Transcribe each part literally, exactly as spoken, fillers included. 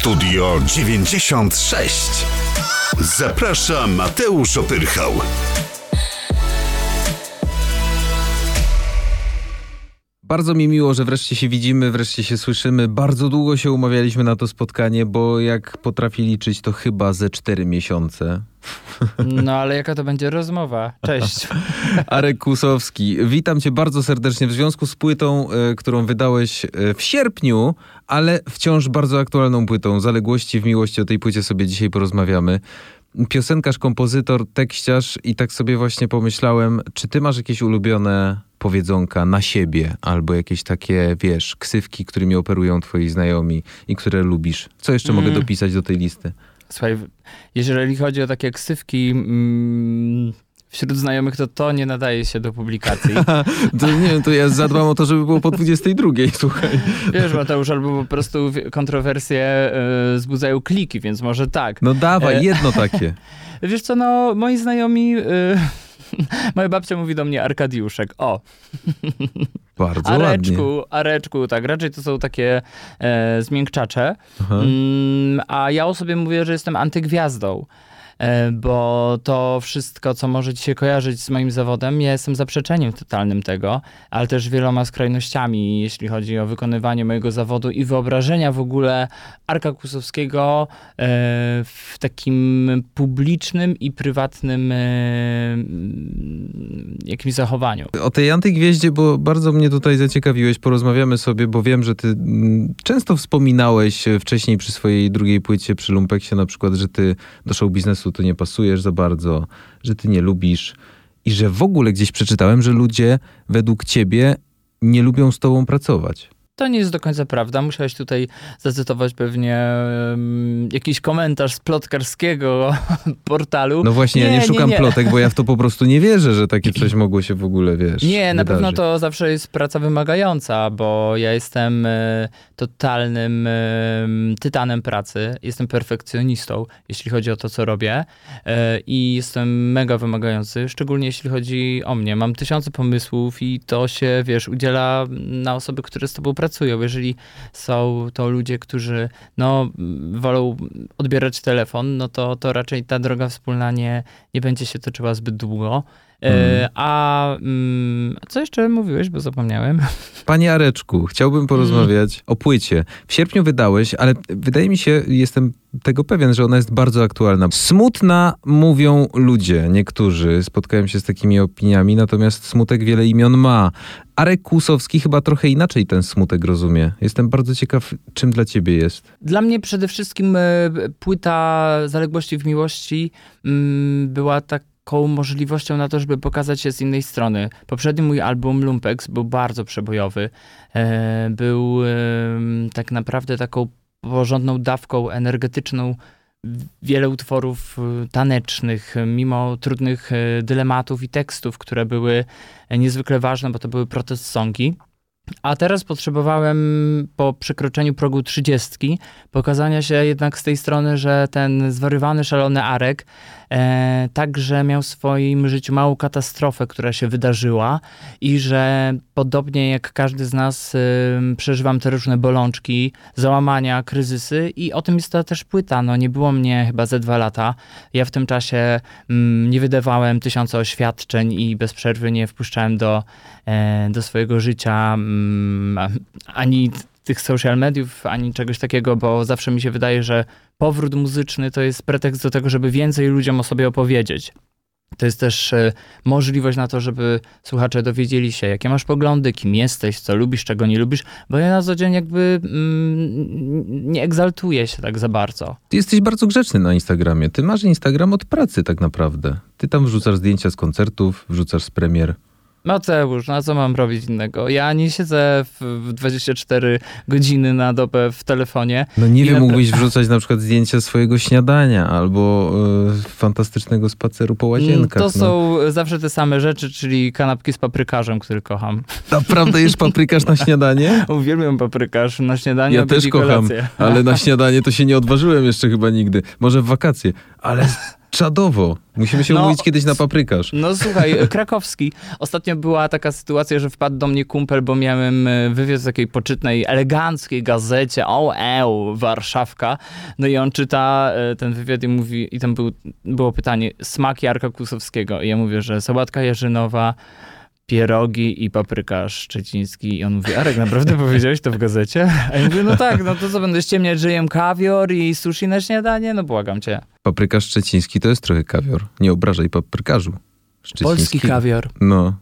Studio dziewięćdziesiąt sześć. Zaprasza Mateusz Opyrchał. Bardzo mi miło, że wreszcie się widzimy, wreszcie się słyszymy. Bardzo długo się umawialiśmy na to spotkanie, bo jak potrafię liczyć, to chyba ze cztery miesiące. No ale jaka to będzie rozmowa? Cześć. Arek Kłusowski, witam cię bardzo serdecznie w związku z płytą, y, którą wydałeś y, w sierpniu, ale wciąż bardzo aktualną płytą. Zaległości w miłości, o tej płycie sobie dzisiaj porozmawiamy. Piosenkarz, kompozytor, tekściarz i tak sobie właśnie pomyślałem, czy ty masz jakieś ulubione powiedzonka na siebie albo jakieś takie, wiesz, ksywki, którymi operują twoi znajomi i które lubisz? Co jeszcze mm. mogę dopisać do tej listy? Słuchaj, jeżeli chodzi o takie ksywki mm, wśród znajomych, to to nie nadaje się do publikacji. To nie wiem, to ja zadbam o to, żeby było po dwudziestej drugiej, słuchaj. Wiesz, Mateusz, albo po prostu kontrowersje y, wzbudzają kliki, więc może tak. No dawaj, jedno takie. Wiesz co, no moi znajomi... Y, moja babcia mówi do mnie Arkadiuszek. O! Bardzo Areczku, ładnie. Areczku, tak. Raczej to są takie e, zmiękczacze. Mm, a ja o sobie mówię, że jestem antygwiazdą. E, bo to wszystko, co może ci się kojarzyć z moim zawodem, ja jestem zaprzeczeniem totalnym tego, ale też wieloma skrajnościami, jeśli chodzi o wykonywanie mojego zawodu i wyobrażenia w ogóle Arka Kłusowskiego e, w takim publicznym i prywatnym e, jakimś zachowaniu. O tej antygwieździe, bo bardzo mnie tutaj zaciekawiłeś, porozmawiamy sobie, bo wiem, że ty m, często wspominałeś wcześniej przy swojej drugiej płycie, przy Lumpeksie na przykład, że ty do show biznesu to nie pasujesz za bardzo, że ty nie lubisz i że w ogóle gdzieś przeczytałem, że ludzie według ciebie nie lubią z tobą pracować. To nie jest do końca prawda. Musiałeś tutaj zacytować pewnie um, jakiś komentarz z plotkarskiego portalu. No właśnie, nie, ja nie szukam nie, nie. plotek, bo ja w to po prostu nie wierzę, że takie coś mogło się w ogóle, wiesz, Nie, na wydarzyć. pewno to zawsze jest praca wymagająca, bo ja jestem y, totalnym y, tytanem pracy. Jestem perfekcjonistą, jeśli chodzi o to, co robię. Y, I jestem mega wymagający, szczególnie jeśli chodzi o mnie. Mam tysiące pomysłów i to się, wiesz, udziela na osoby, które z tobą pracują. Jeżeli są to ludzie, którzy no, wolą odbierać telefon, no to, to raczej ta droga wspólna nie, nie będzie się toczyła zbyt długo. Mm. E, a mm, co jeszcze mówiłeś, bo zapomniałem? Panie Areczku, chciałbym porozmawiać mm. o płycie. W sierpniu wydałeś, ale wydaje mi się, jestem tego pewien, że ona jest bardzo aktualna. Smutna, mówią ludzie, niektórzy. Spotkałem się z takimi opiniami, natomiast smutek wiele imion ma. Arek Kłusowski chyba trochę inaczej ten smutek rozumie. Jestem bardzo ciekaw, czym dla ciebie jest. Dla mnie przede wszystkim płyta Zaległości w miłości była tak taką możliwością na to, żeby pokazać się z innej strony. Poprzedni mój album Lumpeks był bardzo przebojowy. E, był e, tak naprawdę taką porządną dawką energetyczną. Wiele utworów tanecznych, mimo trudnych dylematów i tekstów, które były niezwykle ważne, bo to były protest songi. A teraz potrzebowałem po przekroczeniu progu trzydziestki pokazania się jednak z tej strony, że ten zwariowany, szalony Arek e, także miał w swoim życiu małą katastrofę, która się wydarzyła i że podobnie jak każdy z nas e, przeżywam te różne bolączki, załamania, kryzysy i o tym jest ta też płyta. No nie było mnie chyba ze dwa lata. Ja w tym czasie mm, nie wydawałem tysiąca oświadczeń i bez przerwy nie wpuszczałem do, e, do swojego życia ani tych social mediów, ani czegoś takiego, bo zawsze mi się wydaje, że powrót muzyczny to jest pretekst do tego, żeby więcej ludziom o sobie opowiedzieć. To jest też e, możliwość na to, żeby słuchacze dowiedzieli się, jakie masz poglądy, kim jesteś, co lubisz, czego nie lubisz, bo ja na co dzień jakby mm, nie egzaltuję się tak za bardzo. Ty jesteś bardzo grzeczny na Instagramie. Ty masz Instagram od pracy tak naprawdę. Ty tam wrzucasz zdjęcia z koncertów, wrzucasz z premier. Mateusz, no co mam robić innego? Ja nie siedzę w dwadzieścia cztery godziny na dobę w telefonie. No nie wiem, napra- mógłbyś wrzucać na przykład zdjęcia swojego śniadania albo y, fantastycznego spaceru po łazienkach. To no. są zawsze te same rzeczy, czyli kanapki z paprykarzem, który kocham. Naprawdę jesz paprykarz na śniadanie? Uwielbiam paprykarz na śniadanie. Ja też kocham, kolację. ale na śniadanie to się nie odważyłem jeszcze chyba nigdy. Może w wakacje, ale... Czadowo. Musimy się No, umówić kiedyś na paprykarz. No słuchaj, krakowski. Ostatnio była taka sytuacja, że wpadł do mnie kumpel, bo miałem wywiad w takiej poczytnej, eleganckiej gazecie, o, eł, Warszawka. No i on czyta ten wywiad i mówi, i tam był, było pytanie, smak Jarka Kłusowskiego. I ja mówię, że sałatka jarzynowa, pierogi i papryka szczeciński. I on mówi, Arek, naprawdę powiedziałeś to w gazecie? A ja mówię, no tak, no to co, będę ściemniać, że jem kawior i sushi na śniadanie? No błagam cię. Papryka szczeciński to jest trochę kawior. Nie obrażaj paprykarzu. Polski kawior. No.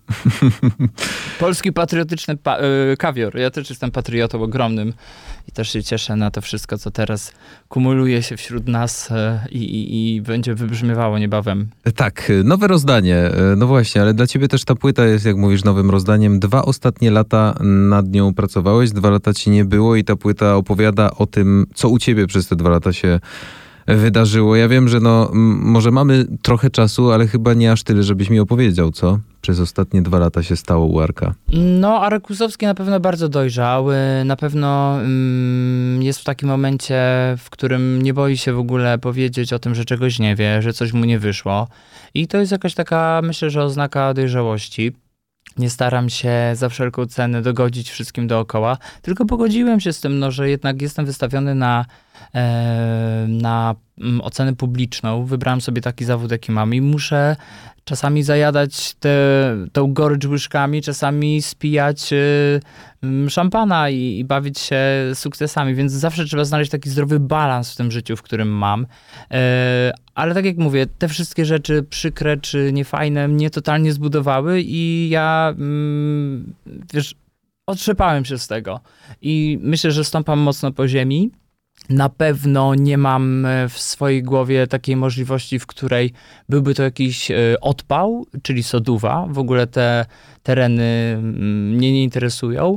Polski patriotyczny pa- y, kawior. Ja też jestem patriotą ogromnym i też się cieszę na to wszystko, co teraz kumuluje się wśród nas y, i, i będzie wybrzmiewało niebawem. Tak, nowe rozdanie. No właśnie, ale dla ciebie też ta płyta jest, jak mówisz, nowym rozdaniem. Dwa ostatnie lata nad nią pracowałeś, dwa lata ci nie było i ta płyta opowiada o tym, co u ciebie przez te dwa lata się wydarzyło. Ja wiem, że no, m- może mamy trochę czasu, ale chyba nie aż tyle, żebyś mi opowiedział, co przez ostatnie dwa lata się stało u Arka. No, Arek Kłusowski na pewno bardzo dojrzały. Na pewno mm, jest w takim momencie, w którym nie boi się w ogóle powiedzieć o tym, że czegoś nie wie, że coś mu nie wyszło. I to jest jakaś taka, myślę, że oznaka dojrzałości. Nie staram się za wszelką cenę dogodzić wszystkim dookoła, tylko pogodziłem się z tym, no, że jednak jestem wystawiony na, e, na ocenę publiczną. Wybrałem sobie taki zawód, jaki mam i muszę czasami zajadać te, tą gorycz łyżkami, czasami spijać y, szampana i, i bawić się sukcesami, więc zawsze trzeba znaleźć taki zdrowy balans w tym życiu, w którym mam. Y, ale tak jak mówię, te wszystkie rzeczy przykre czy niefajne mnie totalnie zbudowały i ja, mm, wiesz, otrzepałem się z tego. I myślę, że stąpam mocno po ziemi. Na pewno nie mam w swojej głowie takiej możliwości, w której byłby to jakiś odpał, czyli Soduwa. W ogóle te tereny mnie nie interesują.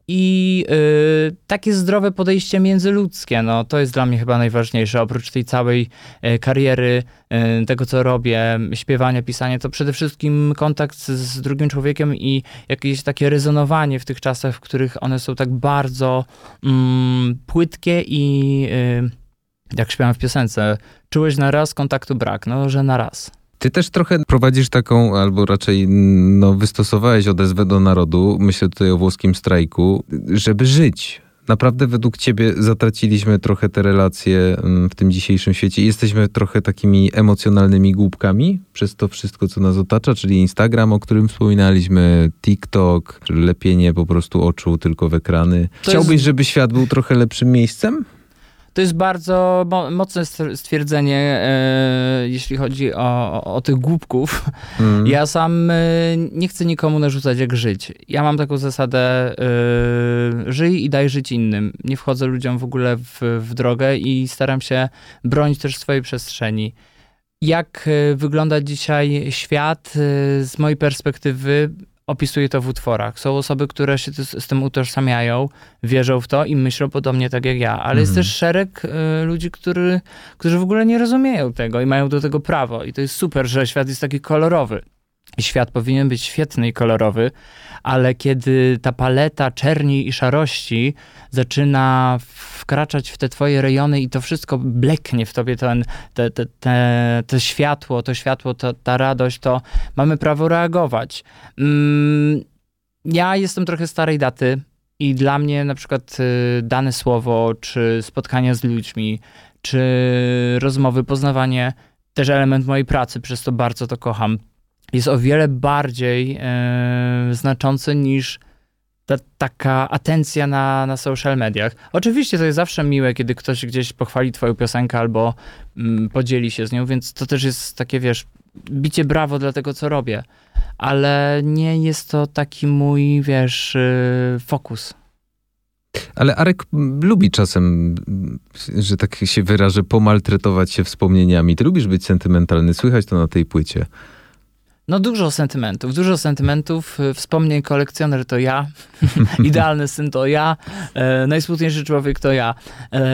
I y, takie zdrowe podejście międzyludzkie, no to jest dla mnie chyba najważniejsze. Oprócz tej całej y, kariery, y, tego co robię, śpiewania, pisania, to przede wszystkim kontakt z, z drugim człowiekiem i jakieś takie rezonowanie w tych czasach, w których one są tak bardzo mm, płytkie i y, jak śpiewam w piosence, czułeś na raz, kontaktu brak, no że na raz. Ty też trochę prowadzisz taką, albo raczej no, wystosowałeś odezwę do narodu, myślę tutaj o włoskim strajku, żeby żyć. Naprawdę według ciebie zatraciliśmy trochę te relacje w tym dzisiejszym świecie i jesteśmy trochę takimi emocjonalnymi głupkami przez to wszystko, co nas otacza, czyli Instagram, o którym wspominaliśmy, TikTok, lepienie po prostu oczu tylko w ekrany. To Chciałbyś, jest... żeby świat był trochę lepszym miejscem? To jest bardzo mo- mocne stwierdzenie, e, jeśli chodzi o, o, o tych głupków. Mm. Ja sam e, nie chcę nikomu narzucać, jak żyć. Ja mam taką zasadę, e, żyj i daj żyć innym. Nie wchodzę ludziom w ogóle w, w drogę i staram się bronić też swojej przestrzeni. Jak e, wygląda dzisiaj świat e, z mojej perspektywy? Opisuję to w utworach. Są osoby, które się z, z tym utożsamiają, wierzą w to i myślą podobnie tak jak ja. Ale mm. jest też szereg y, ludzi, który, którzy w ogóle nie rozumieją tego i mają do tego prawo. I to jest super, że świat jest taki kolorowy. I świat powinien być świetny i kolorowy, ale kiedy ta paleta czerni i szarości zaczyna wkraczać w te twoje rejony i to wszystko bleknie w tobie, ten, te, te, te, te światło, to światło, to, ta radość, to mamy prawo reagować. Mm, ja jestem trochę starej daty i dla mnie na przykład y, dane słowo, czy spotkania z ludźmi, czy rozmowy, poznawanie, też element mojej pracy, przez to bardzo to kocham, jest o wiele bardziej e, znaczący niż ta taka atencja na, na social mediach. Oczywiście to jest zawsze miłe, kiedy ktoś gdzieś pochwali twoją piosenkę albo mm, podzieli się z nią, więc to też jest takie, wiesz, bicie brawo dla tego, co robię. Ale nie jest to taki mój, wiesz, yy, fokus. Ale Arek lubi czasem, że tak się wyrażę, pomaltretować się wspomnieniami. Ty lubisz być sentymentalny, słychać to na tej płycie. No dużo sentymentów, dużo sentymentów, wspomnień, kolekcjoner to ja, idealny syn to ja, e, najsmutniejszy człowiek to ja. E,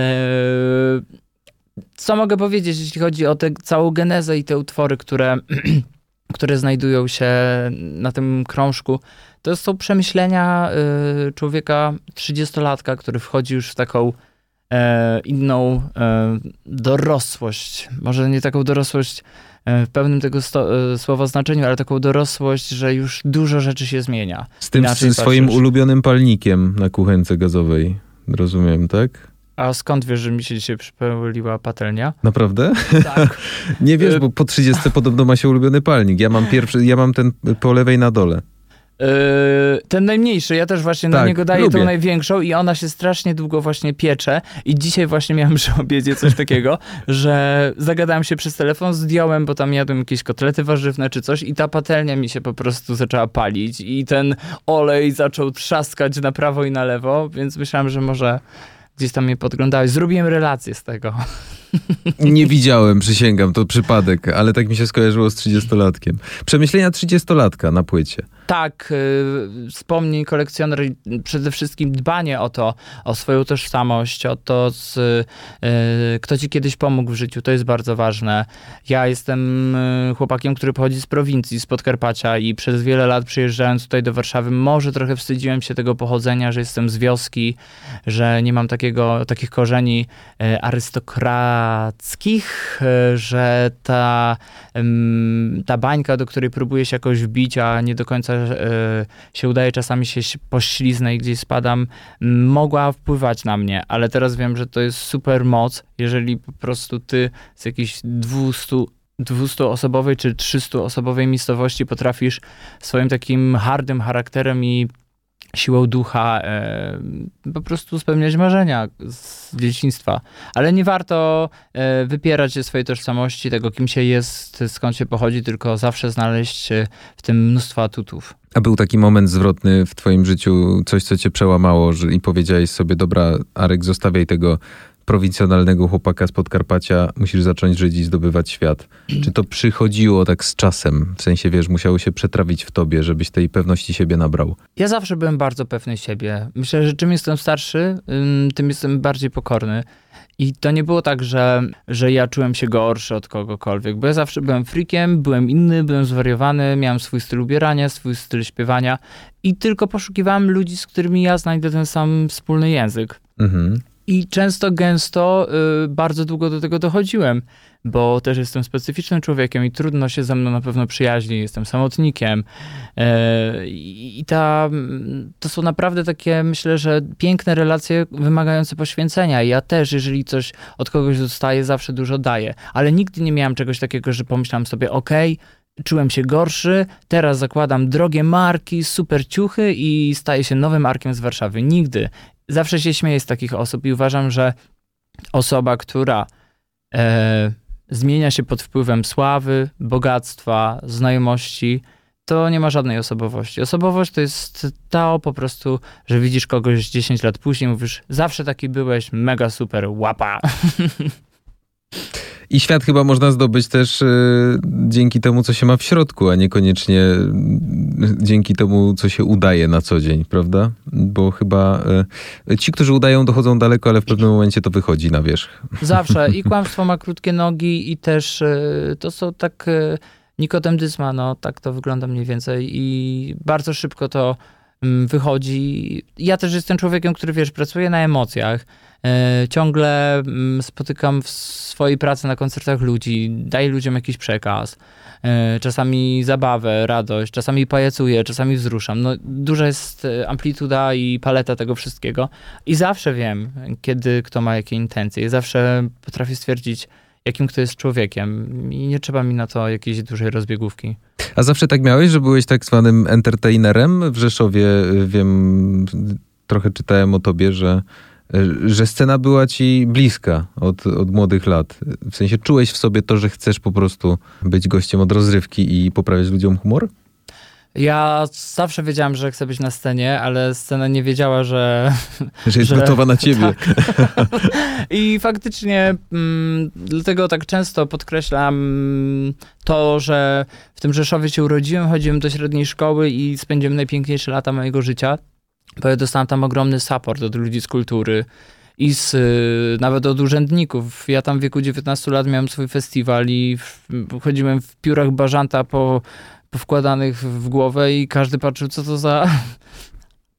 co mogę powiedzieć, jeśli chodzi o tę całą genezę i te utwory, które, które znajdują się na tym krążku, to są przemyślenia e, człowieka trzydziestolatka, który wchodzi już w taką e, inną e, dorosłość, może nie taką dorosłość w pełnym tego sto, słowa znaczeniu, ale taką dorosłość, że już dużo rzeczy się zmienia. Z tym Inaczej swoim patrzysz. ulubionym palnikiem na kuchence gazowej. Rozumiem, tak? A skąd wiesz, że mi się dzisiaj przypomniała patelnia? Naprawdę? Tak. Nie wiesz, bo po trzydziestce podobno ma się ulubiony palnik. Ja mam pierwszy, ja mam ten po lewej na dole. Yy, ten najmniejszy, ja też właśnie Tak, na niego daję lubię. tą największą i ona się strasznie długo właśnie piecze i dzisiaj właśnie miałem przy obiedzie coś takiego, że zagadałem się przez telefon, zdjąłem, bo tam jadłem jakieś kotlety warzywne czy coś i ta patelnia mi się po prostu zaczęła palić i ten olej zaczął trzaskać na prawo i na lewo, więc myślałem, że może gdzieś tam mnie podglądałeś. Zrobiłem relację z tego. Nie widziałem, przysięgam, to przypadek, ale tak mi się skojarzyło z trzydziestolatkiem. Przemyślenia trzydziestolatka na płycie. Tak, yy, wspomnień kolekcjoner, przede wszystkim dbanie o to, o swoją tożsamość, o to, z, yy, kto ci kiedyś pomógł w życiu, to jest bardzo ważne. Ja jestem yy, chłopakiem, który pochodzi z prowincji, z Podkarpacia i przez wiele lat przyjeżdżając tutaj do Warszawy, może trochę wstydziłem się tego pochodzenia, że jestem z wioski, że nie mam takiego, takich korzeni yy, arystokrackich, yy, że ta, yy, ta bańka, do której próbuję się jakoś wbić, a nie do końca się udaje, czasami się pośliznę i gdzieś spadam, mogła wpływać na mnie, ale teraz wiem, że to jest super moc, jeżeli po prostu ty z jakiejś dwustuosobowej czy trzystuosobowej miejscowości potrafisz swoim takim hardym charakterem i siłą ducha e, po prostu spełniać marzenia z dzieciństwa. Ale nie warto e, wypierać się swojej tożsamości, tego kim się jest, skąd się pochodzi, tylko zawsze znaleźć w tym mnóstwo atutów. A był taki moment zwrotny w twoim życiu, coś co cię przełamało że, i powiedziałeś sobie, dobra Arek, zostawiaj tego prowincjonalnego chłopaka z Podkarpacia, musisz zacząć żyć i zdobywać świat. Czy to przychodziło tak z czasem? W sensie, wiesz, musiało się przetrawić w tobie, żebyś tej pewności siebie nabrał. Ja zawsze byłem bardzo pewny siebie. Myślę, że czym jestem starszy, tym jestem bardziej pokorny. I to nie było tak, że, że ja czułem się gorszy od kogokolwiek, bo ja zawsze byłem freakiem, byłem inny, byłem zwariowany, miałem swój styl ubierania, swój styl śpiewania i tylko poszukiwałem ludzi, z którymi ja znajdę ten sam wspólny język. Mhm. I często, gęsto, y, bardzo długo do tego dochodziłem, bo też jestem specyficznym człowiekiem i trudno się ze mną na pewno przyjaźni, jestem samotnikiem. Y, I ta, to są naprawdę takie, myślę, że piękne relacje wymagające poświęcenia. Ja też, jeżeli coś od kogoś dostaję, zawsze dużo daję. Ale nigdy nie miałem czegoś takiego, że pomyślałem sobie, okej, okay, czułem się gorszy, teraz zakładam drogie marki, super ciuchy i staję się nowym Arkiem z Warszawy. Nigdy. Zawsze się śmieję z takich osób i uważam, że osoba, która e, zmienia się pod wpływem sławy, bogactwa, znajomości, to nie ma żadnej osobowości. Osobowość to jest to po prostu, że widzisz kogoś dziesięć lat później, mówisz, zawsze taki byłeś, mega super, łapa. I świat chyba można zdobyć też y, dzięki temu, co się ma w środku, a niekoniecznie y, dzięki temu, co się udaje na co dzień, prawda? Bo chyba y, ci, którzy udają, dochodzą daleko, ale w pewnym momencie to wychodzi na wierzch. Zawsze. I kłamstwo ma krótkie nogi i też y, to są tak y, Nikodem Dyzma, no tak to wygląda mniej więcej i bardzo szybko to y, wychodzi. Ja też jestem człowiekiem, który, wiesz, pracuje na emocjach. Yy, ciągle yy, spotykam w swojej pracy na koncertach ludzi, daję ludziom jakiś przekaz, yy, czasami zabawę, radość, czasami pajacuję, czasami wzruszam. No, duża jest amplituda i paleta tego wszystkiego i zawsze wiem, kiedy kto ma jakie intencje. Zawsze potrafię stwierdzić, jakim kto jest człowiekiem i nie trzeba mi na to jakiejś dużej rozbiegówki. A zawsze tak miałeś, że byłeś tak zwanym entertainerem w Rzeszowie? Wiem, trochę czytałem o tobie, że że scena była ci bliska od, od młodych lat. W sensie czułeś w sobie to, że chcesz po prostu być gościem od rozrywki i poprawiać ludziom humor? Ja zawsze wiedziałam, że chcę być na scenie, ale scena nie wiedziała, że... Że jest że, gotowa na ciebie. Tak. I faktycznie m, dlatego tak często podkreślam to, że w tym Rzeszowie się urodziłem, chodziłem do średniej szkoły i spędziłem najpiękniejsze lata mojego życia. Bo ja dostałem tam ogromny support od ludzi z kultury i z, nawet od urzędników. Ja tam w wieku dziewiętnastu lat miałem swój festiwal i w, chodziłem w piórach bażanta po, powkładanych w głowę i każdy patrzył, co to za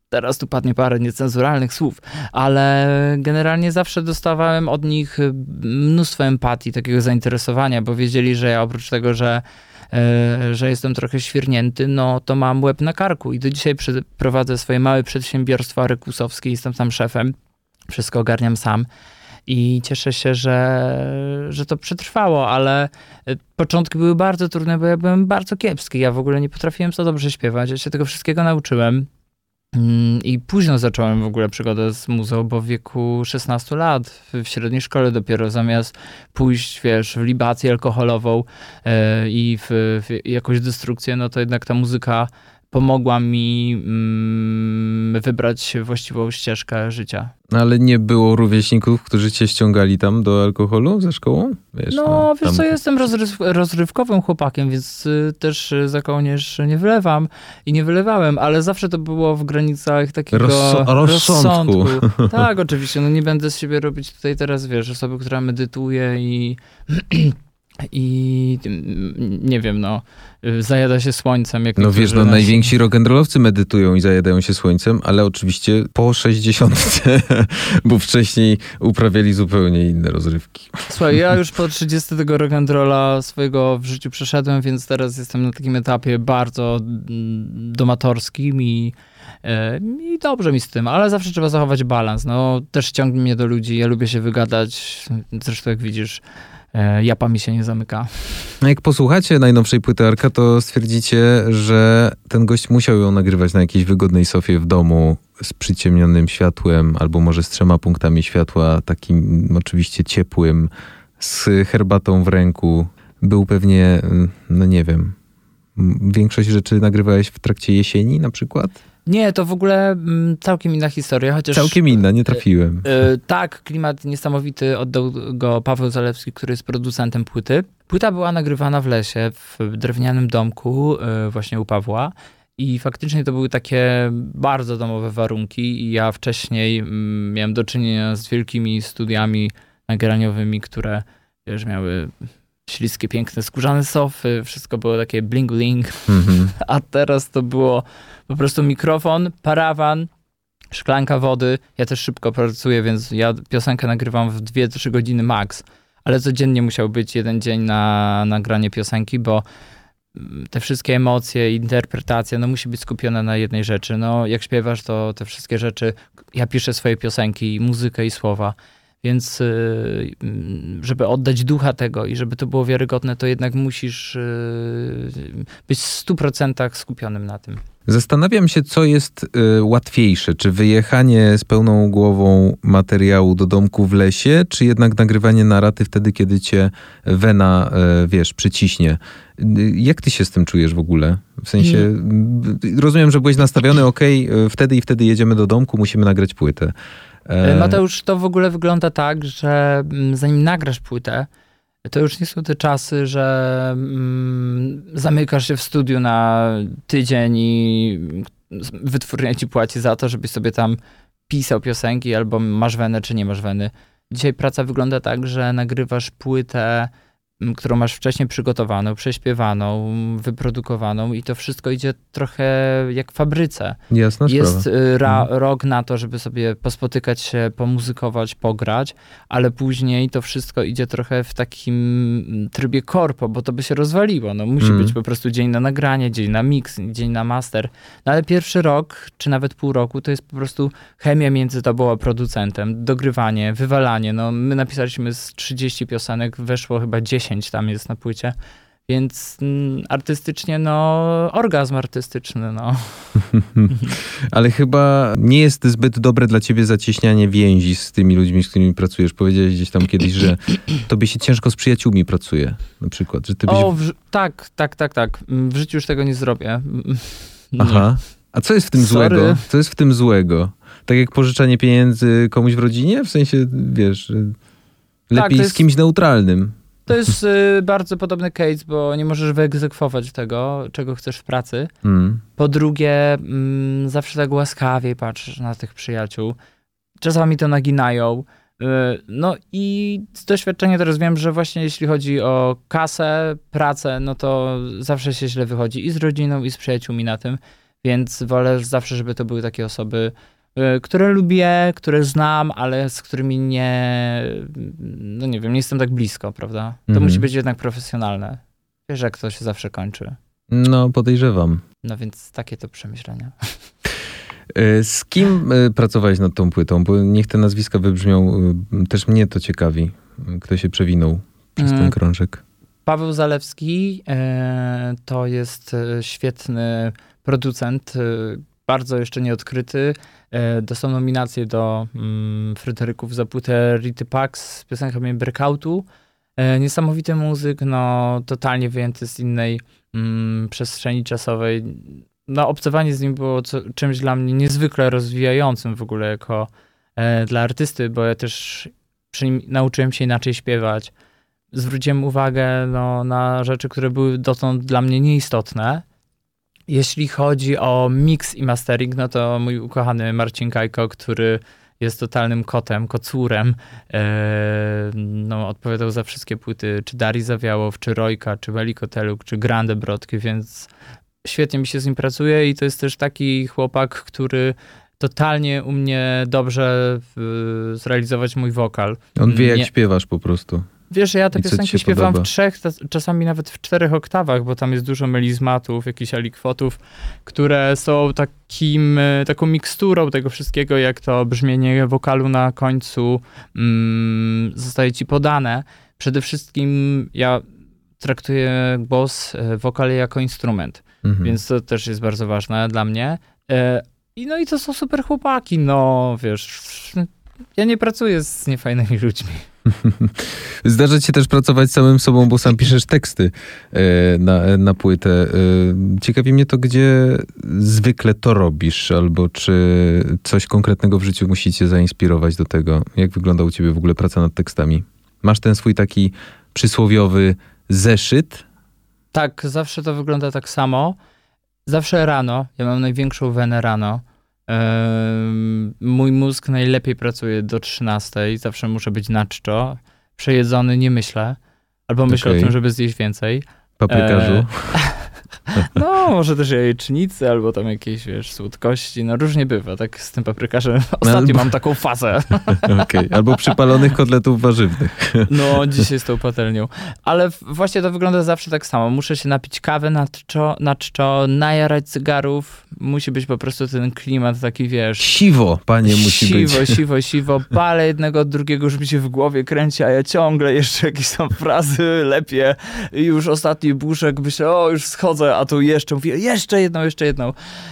teraz tu padnie parę niecenzuralnych słów, ale generalnie zawsze dostawałem od nich mnóstwo empatii, takiego zainteresowania, bo wiedzieli, że ja oprócz tego, że, e, że jestem trochę świrnięty, no to mam łeb na karku i do dzisiaj przy, prowadzę swoje małe przedsiębiorstwo rekusowskie, jestem tam szefem, wszystko ogarniam sam. I cieszę się, że, że to przetrwało, ale początki były bardzo trudne, bo ja byłem bardzo kiepski. Ja w ogóle nie potrafiłem za dobrze śpiewać. Ja się tego wszystkiego nauczyłem. I późno zacząłem w ogóle przygodę z muzą, bo w wieku szesnastu lat, w średniej szkole dopiero, zamiast pójść, wiesz, w libację alkoholową yy, i w, w jakąś destrukcję, no to jednak ta muzyka pomogła mi mm, wybrać właściwą ścieżkę życia. No, ale nie było rówieśników, którzy cię ściągali tam do alkoholu ze szkołą? Wiesz, no, no wiesz tam... co, jestem rozryw rozrywkowym chłopakiem, więc y, też y, za kołnierz nie wylewam i nie wylewałem, ale zawsze to było w granicach takiego Rozso rozsądku. rozsądku. Tak, oczywiście, no nie będę z siebie robić tutaj teraz, wiesz, osoby, która medytuje i... I nie wiem, no, zajada się słońcem. Jak no wiesz, no nasi... najwięksi rock'n'rollowcy medytują i zajadają się słońcem, ale oczywiście po sześćdziesiątce, bo wcześniej uprawiali zupełnie inne rozrywki. Słuchaj, ja już po trzydziestce tego rock'n'rolla swojego w życiu przeszedłem, więc teraz jestem na takim etapie bardzo domatorskim i I dobrze mi z tym, ale zawsze trzeba zachować balans. No, też ciągnie mnie do ludzi, ja lubię się wygadać. Zresztą jak widzisz, japa mi się nie zamyka. Jak posłuchacie najnowszej płyty Arka, to stwierdzicie, że ten gość musiał ją nagrywać na jakiejś wygodnej sofie w domu z przyciemnionym światłem, albo może z trzema punktami światła, takim oczywiście ciepłym, z herbatą w ręku. Był pewnie, no nie wiem, większość rzeczy nagrywałeś w trakcie jesieni na przykład? Nie, to w ogóle m, całkiem inna historia, chociaż... Całkiem inna, nie trafiłem. Y, y, tak, klimat niesamowity, oddał go Paweł Zalewski, który jest producentem płyty. Płyta była nagrywana w lesie, w drewnianym domku, y, właśnie u Pawła. I faktycznie to były takie bardzo domowe warunki i ja wcześniej m, miałem do czynienia z wielkimi studiami nagraniowymi, które, wiesz, miały śliskie, piękne, skórzane sofy, wszystko było takie bling bling, mm-hmm. A teraz to było po prostu mikrofon, parawan, szklanka wody. Ja też szybko pracuję, więc ja piosenkę nagrywam w dwie trzy godziny max, ale codziennie musiał być jeden dzień na nagranie piosenki, bo te wszystkie emocje, interpretacja, no musi być skupiona na jednej rzeczy. No jak śpiewasz, to te wszystkie rzeczy, ja piszę swoje piosenki, muzykę i słowa. Więc żeby oddać ducha tego i żeby to było wiarygodne, to jednak musisz być w stu procentach skupionym na tym. Zastanawiam się, co jest y, łatwiejsze. Czy wyjechanie z pełną głową materiału do domku w lesie, czy jednak nagrywanie na raty wtedy, kiedy cię wena, y, wiesz, przyciśnie. Y, jak ty się z tym czujesz w ogóle? W sensie, y, rozumiem, że byłeś nastawiony, okej, okay, wtedy i wtedy jedziemy do domku, musimy nagrać płytę. Mateusz, to w ogóle wygląda tak, że zanim nagrasz płytę, to już nie są te czasy, że mm, zamykasz się w studiu na tydzień i wytwórnia ci płaci za to, żebyś sobie tam pisał piosenki, albo masz wenę, czy nie masz weny. Dzisiaj praca wygląda tak, że nagrywasz płytę, którą masz wcześniej przygotowaną, prześpiewaną, wyprodukowaną i to wszystko idzie trochę jak w fabryce. Jasna Jest sprawa. ra, mhm. rok na to, żeby sobie pospotykać się, pomuzykować, pograć, ale później to wszystko idzie trochę w takim trybie korpo, bo to by się rozwaliło. No, musi mhm. być po prostu dzień na nagranie, dzień na mix, dzień na master. No, ale pierwszy rok, czy nawet pół roku, to jest po prostu chemia między tobą a producentem, dogrywanie, wywalanie. No, my napisaliśmy z trzydziestu piosenek, weszło chyba dziesięć tam jest na płycie, więc mm, artystycznie, no, orgazm artystyczny, no. Ale chyba nie jest zbyt dobre dla ciebie zacieśnianie więzi z tymi ludźmi, z którymi pracujesz. Powiedziałeś gdzieś tam kiedyś, że tobie się ciężko z przyjaciółmi pracuje, na przykład. Że ty byś... O, w, tak, tak, tak, tak. W życiu już tego nie zrobię. Nie. Aha. A co jest w tym Sorry. złego? Co jest w tym złego? Tak jak pożyczanie pieniędzy komuś w rodzinie? W sensie, wiesz, lepiej tak, jest... z kimś neutralnym. To jest y, bardzo podobny case, bo nie możesz wyegzekwować tego, czego chcesz w pracy. Mm. Po drugie, mm, zawsze tak łaskawiej patrzysz na tych przyjaciół. Czasami to naginają. Y, no i z doświadczenia teraz wiem, że właśnie jeśli chodzi o kasę, pracę, no to zawsze się źle wychodzi i z rodziną, i z przyjaciółmi na tym. Więc wolę zawsze, żeby to były takie osoby, y, które lubię, które znam, ale z którymi nie, no nie wiem, nie jestem tak blisko, prawda? To Mhm. musi być jednak profesjonalne. Wiesz, jak to się zawsze kończy. No, podejrzewam. No więc takie to przemyślenia. E, Z kim e, pracowałeś nad tą płytą? Bo niech te nazwiska wybrzmią, e, też mnie to ciekawi. e, Kto się przewinął przez Mm. ten krążek? Paweł Zalewski e, to jest e, świetny producent, e, bardzo jeszcze nieodkryty. E, dostał nominację do mm, Fryderyków za płytę Rity Pax z piosenkami Breakoutu. E, niesamowity muzyk, no totalnie wyjęty z innej mm, przestrzeni czasowej. No obcowanie z nim było co, czymś dla mnie niezwykle rozwijającym w ogóle jako e, dla artysty, bo ja też przy nim nauczyłem się inaczej śpiewać. Zwróciłem uwagę no, na rzeczy, które były dotąd dla mnie nieistotne. Jeśli chodzi o mix i mastering, no to mój ukochany Marcin Kajko, który jest totalnym kotem, kocurem, e, no, odpowiadał za wszystkie płyty, czy Darii Zawiałow, czy Rojka, czy Weli Koteluk, czy Grande Brodki, więc świetnie mi się z nim pracuje i to jest też taki chłopak, który totalnie umie dobrze y, zrealizować mój wokal. On wie, jak Nie- śpiewasz po prostu. Wiesz, ja te I co ci piosenki się śpiewam podoba? w trzech, ta- czasami nawet w czterech oktawach, bo tam jest dużo melizmatów, jakichś alikwotów, które są takim, e, taką miksturą tego wszystkiego, jak to brzmienie wokalu na końcu mm, zostaje ci podane. Przede wszystkim ja traktuję głos, e, wokal jako instrument, Mhm. więc to też jest bardzo ważne dla mnie. E, I no i to są super chłopaki, no wiesz, ja nie pracuję z niefajnymi ludźmi. Zdarza ci się też pracować z samym sobą, bo sam piszesz teksty e, na, na płytę. E, Ciekawi mnie to, gdzie zwykle to robisz, albo czy coś konkretnego w życiu musi cię zainspirować do tego. Jak wygląda u ciebie w ogóle praca nad tekstami? Masz ten swój taki przysłowiowy zeszyt? Tak, zawsze to wygląda tak samo. Zawsze rano, ja mam największą wenę rano. Ym, mój mózg najlepiej pracuje do trzynastej, zawsze muszę być na czczo. Przejedzony nie myślę, albo myślę Okej. o tym, żeby zjeść więcej. Paprykarzu? E, No, może też jajecznicy, albo tam jakieś, wiesz, słodkości, no różnie bywa, tak z tym paprykarzem. Ostatnio Albo- mam taką fazę. Okej. Albo przypalonych kotletów warzywnych. No, dzisiaj z tą patelnią. Ale w- właśnie to wygląda zawsze tak samo. Muszę się napić kawy na czczo, na czczo, najarać cygarów. Musi być po prostu ten klimat taki, wiesz... Siwo, panie, musi siwo, być. siwo, siwo. Palę jednego od drugiego, już mi się w głowie kręci, a ja ciągle jeszcze jakieś tam frazy lepiej. I już ostatni buszek myślę, o, już schodzę, a tu jeszcze mówię, jeszcze jedną, jeszcze jedną.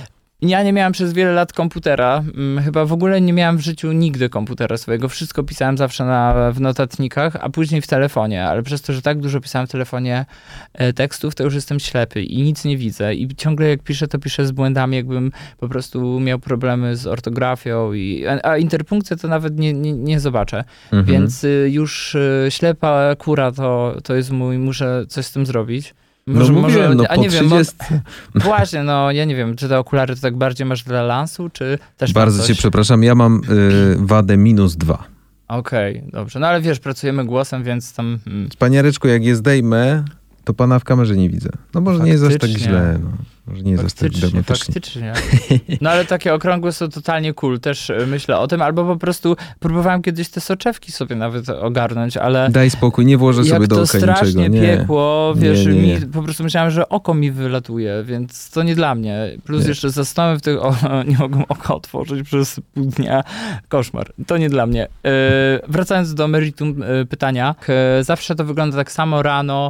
Ja nie miałem przez wiele lat komputera. Mm, Chyba w ogóle nie miałem w życiu nigdy komputera swojego. Wszystko pisałem zawsze na, w notatnikach, a później w telefonie. Ale przez to, że tak dużo pisałem w telefonie e, tekstów, to już jestem ślepy i nic nie widzę. I ciągle jak piszę, to piszę z błędami, jakbym po prostu miał problemy z ortografią. I, a, a interpunkcję to nawet nie, nie, nie zobaczę. Mhm. Więc y, już y, ślepa kura to, to jest mój, muszę coś z tym zrobić. No mówiłem, no a po nie wiem, mo- trzydziestce. Właśnie, no ja nie wiem, czy te okulary to tak bardziej masz dla lansu, czy też tam Bardzo coś? cię przepraszam, ja mam y, wadę minus dwa. Okej, dobrze. No ale wiesz, pracujemy głosem, więc tam... Mm, Paniareczko, jak je zdejmę, to pana w kamerze nie widzę. No może nie jest aż tak Faktycznie. źle. No. Może nie jest aż tak faktycznie, dramatycznie. faktycznie. No ale takie okrągłe są totalnie cool. Też y, myślę o tym, albo po prostu próbowałem kiedyś te soczewki sobie nawet ogarnąć, ale... Daj spokój, nie włożę Jak sobie do to oka strasznie niczego. Nie. piekło, Nie, wiesz, nie, nie. mi po prostu myślałem, że oko mi wylatuje, więc to nie dla mnie. Plus Nie. jeszcze zasnąłem w tych, o, nie mogłem oka otworzyć przez pół dnia. Koszmar. To nie dla mnie. E, wracając do meritum e, pytania, e, zawsze to wygląda tak samo rano.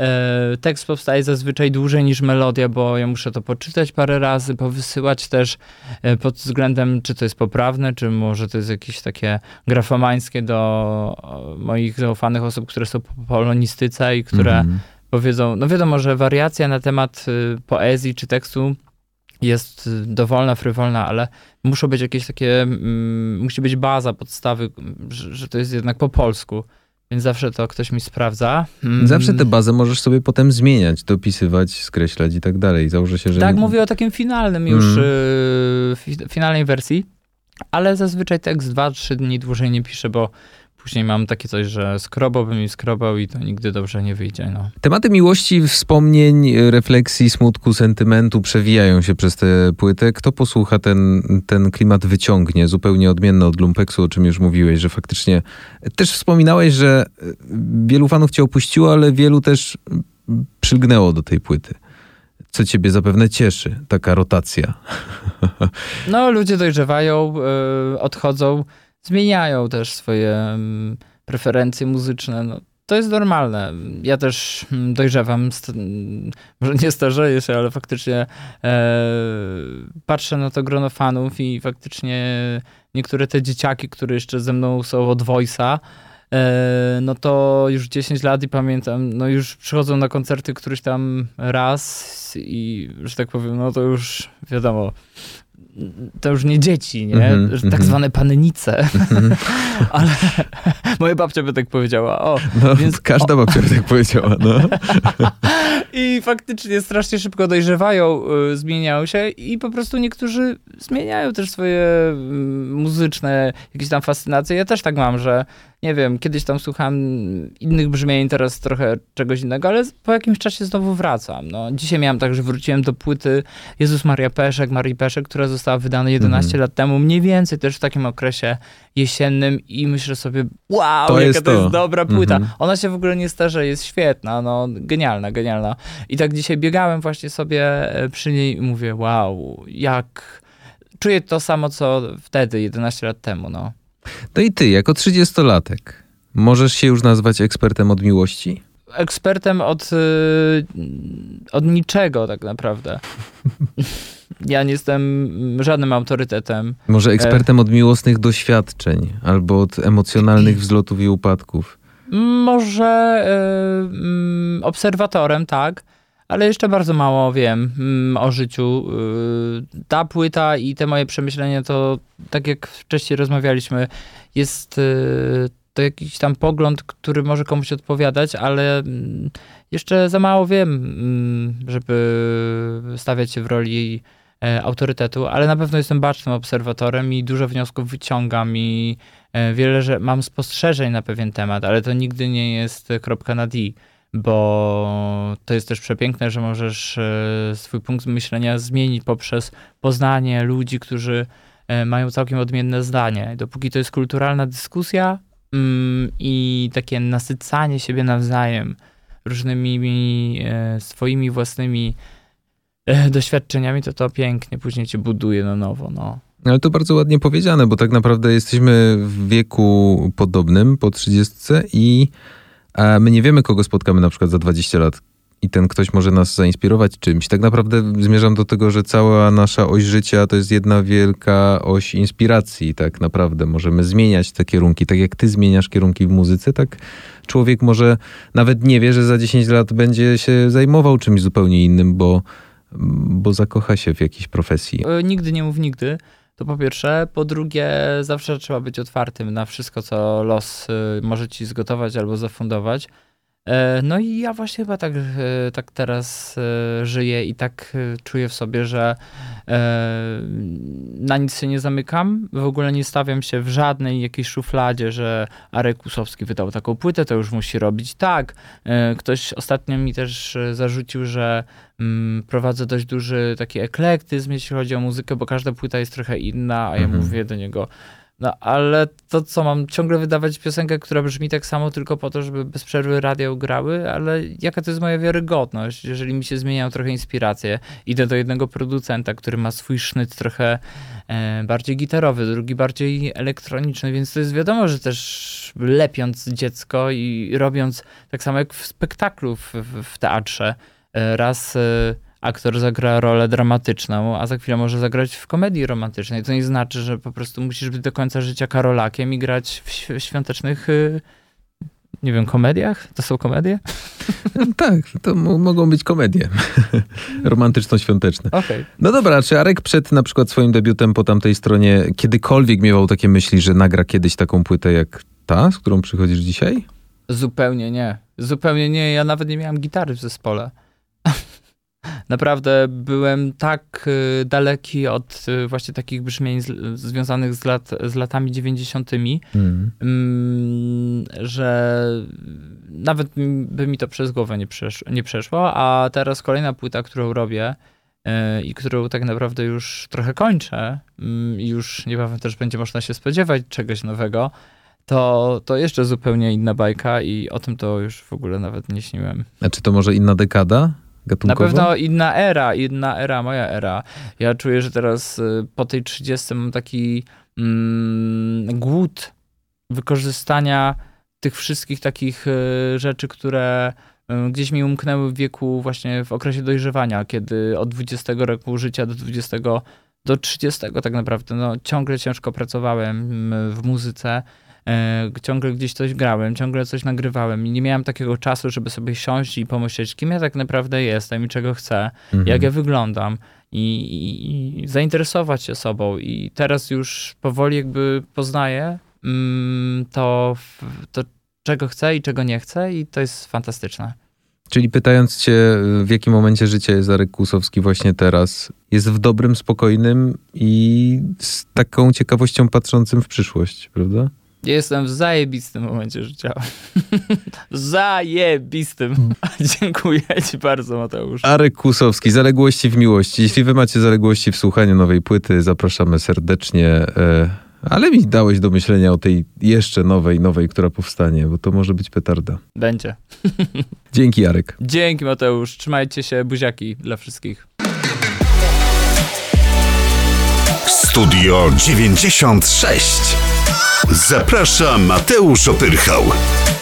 E, tekst powstaje zazwyczaj dłużej niż melodia, bo ja muszę to poczytać parę razy, powysyłać też e, pod względem, czy to jest poprawne, czy może to jest jakieś takie grafomańskie do o, moich zaufanych osób, które są po polonistyce i które Mhm. powiedzą, no wiadomo, że wariacja na temat y, poezji czy tekstu jest y, dowolna, frywolna, ale muszą być jakieś takie, mm, musi być baza, podstawy, że, że to jest jednak po polsku. Więc zawsze to ktoś mi sprawdza. Mm. Zawsze tę bazę możesz sobie potem zmieniać, dopisywać, skreślać i tak dalej. Założę się, że... Tak, mówię o takim finalnym już, Mm. y, fi, finalnej wersji, ale zazwyczaj tekst dwa trzy dni dłużej nie piszę, bo później mam takie coś, że skrobałbym i skrobał i to nigdy dobrze nie wyjdzie. No. Tematy miłości, wspomnień, refleksji, smutku, sentymentu przewijają się przez tę płytę. Kto posłucha, ten, ten klimat wyciągnie. Zupełnie odmienny od Lumpeksu, o czym już mówiłeś, że faktycznie też wspominałeś, że wielu fanów cię opuściło, ale wielu też przylgnęło do tej płyty. Co ciebie zapewne cieszy, taka rotacja. No, ludzie dojrzewają, yy, odchodzą, zmieniają też swoje yy, preferencje muzyczne. No, to jest normalne. Ja też yy, dojrzewam, st- yy, może nie starzeję się, ale faktycznie yy, patrzę na to grono fanów i faktycznie niektóre te dzieciaki, które jeszcze ze mną są od Voice'a, no to już dziesięć lat i pamiętam, no już przychodzą na koncerty któryś tam raz i, że tak powiem, no to już wiadomo, to już nie dzieci, nie? Mm-hmm, tak mm-hmm. zwane pannice. Mm-hmm. Ale moja babcia by tak powiedziała. O, no, więc, każda o. babcia by tak powiedziała, no. I faktycznie strasznie szybko dojrzewają, y, zmieniają się i po prostu niektórzy zmieniają też swoje y, muzyczne jakieś tam fascynacje. Ja też tak mam, że nie wiem, kiedyś tam słucham innych brzmień, teraz trochę czegoś innego, ale po jakimś czasie znowu wracam. No, dzisiaj miałem tak, że wróciłem do płyty Jezus Maria Peszek, Marii Peszek, która została wydana jedenaście mm-hmm. lat temu, mniej więcej też w takim okresie jesiennym i myślę sobie, wow, to jaka jest to jest to. dobra płyta. Mm-hmm. Ona się w ogóle nie starzeje, jest świetna, no genialna, genialna. I tak dzisiaj biegałem właśnie sobie przy niej i mówię, wow, jak... Czuję to samo, co wtedy, jedenaście lat temu, no. No i ty, jako trzydziestolatek, możesz się już nazwać ekspertem od miłości? Ekspertem od, od niczego tak naprawdę. Ja nie jestem żadnym autorytetem. Może ekspertem od miłosnych doświadczeń albo od emocjonalnych wzlotów i upadków? Może y, obserwatorem, tak. Ale jeszcze bardzo mało wiem mm, o życiu. Yy, ta płyta i te moje przemyślenia to, tak jak wcześniej rozmawialiśmy, jest yy, to jakiś tam pogląd, który może komuś odpowiadać, ale yy, jeszcze za mało wiem, yy, żeby stawiać się w roli yy, autorytetu, ale na pewno jestem bacznym obserwatorem i dużo wniosków wyciągam i yy, wiele, że mam spostrzeżeń na pewien temat, ale to nigdy nie jest kropka na D. Bo to jest też przepiękne, że możesz swój punkt myślenia zmienić poprzez poznanie ludzi, którzy mają całkiem odmienne zdanie. Dopóki to jest kulturalna dyskusja mm, i takie nasycanie siebie nawzajem różnymi e, swoimi własnymi e, doświadczeniami, to to pięknie później cię buduje na nowo. No. Ale to bardzo ładnie powiedziane, bo tak naprawdę jesteśmy w wieku podobnym, po trzydziestce i a my nie wiemy, kogo spotkamy na przykład za dwadzieścia lat i ten ktoś może nas zainspirować czymś. Tak naprawdę zmierzam do tego, że cała nasza oś życia to jest jedna wielka oś inspiracji. Tak naprawdę możemy zmieniać te kierunki. Tak jak ty zmieniasz kierunki w muzyce, tak człowiek może nawet nie wie, że za dziesięć lat będzie się zajmował czymś zupełnie innym, bo, bo zakocha się w jakiejś profesji. Nigdy nie mów nigdy. To po pierwsze. Po drugie, zawsze trzeba być otwartym na wszystko, co los może ci zgotować albo zafundować. No i ja właśnie chyba tak, tak teraz żyję i tak czuję w sobie, że na nic się nie zamykam. W ogóle nie stawiam się w żadnej jakiejś szufladzie, że Arek Kłusowski wydał taką płytę, to już musi robić tak. Ktoś ostatnio mi też zarzucił, że prowadzę dość duży taki eklektyzm, jeśli chodzi o muzykę, bo każda płyta jest trochę inna, a ja mhm. mówię do niego, no ale to co, mam ciągle wydawać piosenkę, która brzmi tak samo tylko po to, żeby bez przerwy radio grały, ale jaka to jest moja wiarygodność, jeżeli mi się zmieniają trochę inspiracje. Idę do jednego producenta, który ma swój sznyt trochę e, bardziej gitarowy, drugi bardziej elektroniczny, więc to jest wiadomo, że też lepiąc dziecko i robiąc tak samo jak w spektaklu w, w, w teatrze, e, raz e, aktor zagra rolę dramatyczną, a za chwilę może zagrać w komedii romantycznej. To nie znaczy, że po prostu musisz być do końca życia Karolakiem i grać w świątecznych, nie wiem, komediach? To są komedie? Tak, to m- mogą być komedie romantyczno-świąteczne. Okay. No dobra, czy Arek przed na przykład swoim debiutem po tamtej stronie kiedykolwiek miewał takie myśli, że nagra kiedyś taką płytę jak ta, z którą przychodzisz dzisiaj? Zupełnie nie. Zupełnie nie. Ja nawet nie miałem gitary w zespole. Naprawdę byłem tak y, daleki od y, właśnie takich brzmień z, związanych z, lat, z latami dziewięćdziesiątymi, Mm. mm, że nawet by mi to przez głowę nie, przesz, nie przeszło, a teraz kolejna płyta, którą robię y, i którą tak naprawdę już trochę kończę i y, już niebawem też będzie można się spodziewać czegoś nowego, to, to jeszcze zupełnie inna bajka i o tym to już w ogóle nawet nie śniłem. A czy to może inna dekada gatunkowa? Na pewno inna era, inna era, moja era. Ja czuję, że teraz y, po tej trzydziestce mam taki mm, głód wykorzystania tych wszystkich takich y, rzeczy, które y, gdzieś mi umknęły w wieku właśnie w okresie dojrzewania, kiedy od dwudziestego roku życia do dwudziestego do trzydziestego tak naprawdę, no ciągle ciężko pracowałem y, w muzyce. Ciągle gdzieś coś grałem, ciągle coś nagrywałem i nie miałem takiego czasu, żeby sobie siąść i pomyśleć, kim ja tak naprawdę jestem i czego chcę, Mhm. jak ja wyglądam i, i, i zainteresować się sobą. I teraz już powoli jakby poznaję mm, to, to, czego chcę i czego nie chcę i to jest fantastyczne. Czyli pytając cię, w jakim momencie życia jest Arek Kłusowski właśnie teraz, jest w dobrym, spokojnym i z taką ciekawością patrzącym w przyszłość, prawda? Jestem w zajebistym momencie życia. Zajebistym. Dziękuję ci bardzo, Mateusz. Arek Kłusowski, Zaległości w miłości. Jeśli wy macie zaległości w słuchaniu nowej płyty, zapraszamy serdecznie. E, ale mi dałeś do myślenia o tej jeszcze nowej, nowej, która powstanie, bo to może być petarda. Będzie. Dzięki, Arek. Dzięki, Mateusz. Trzymajcie się, buziaki dla wszystkich. Studio dziewięćdziesiąt sześć. Zaprasza Mateusz Opyrchał.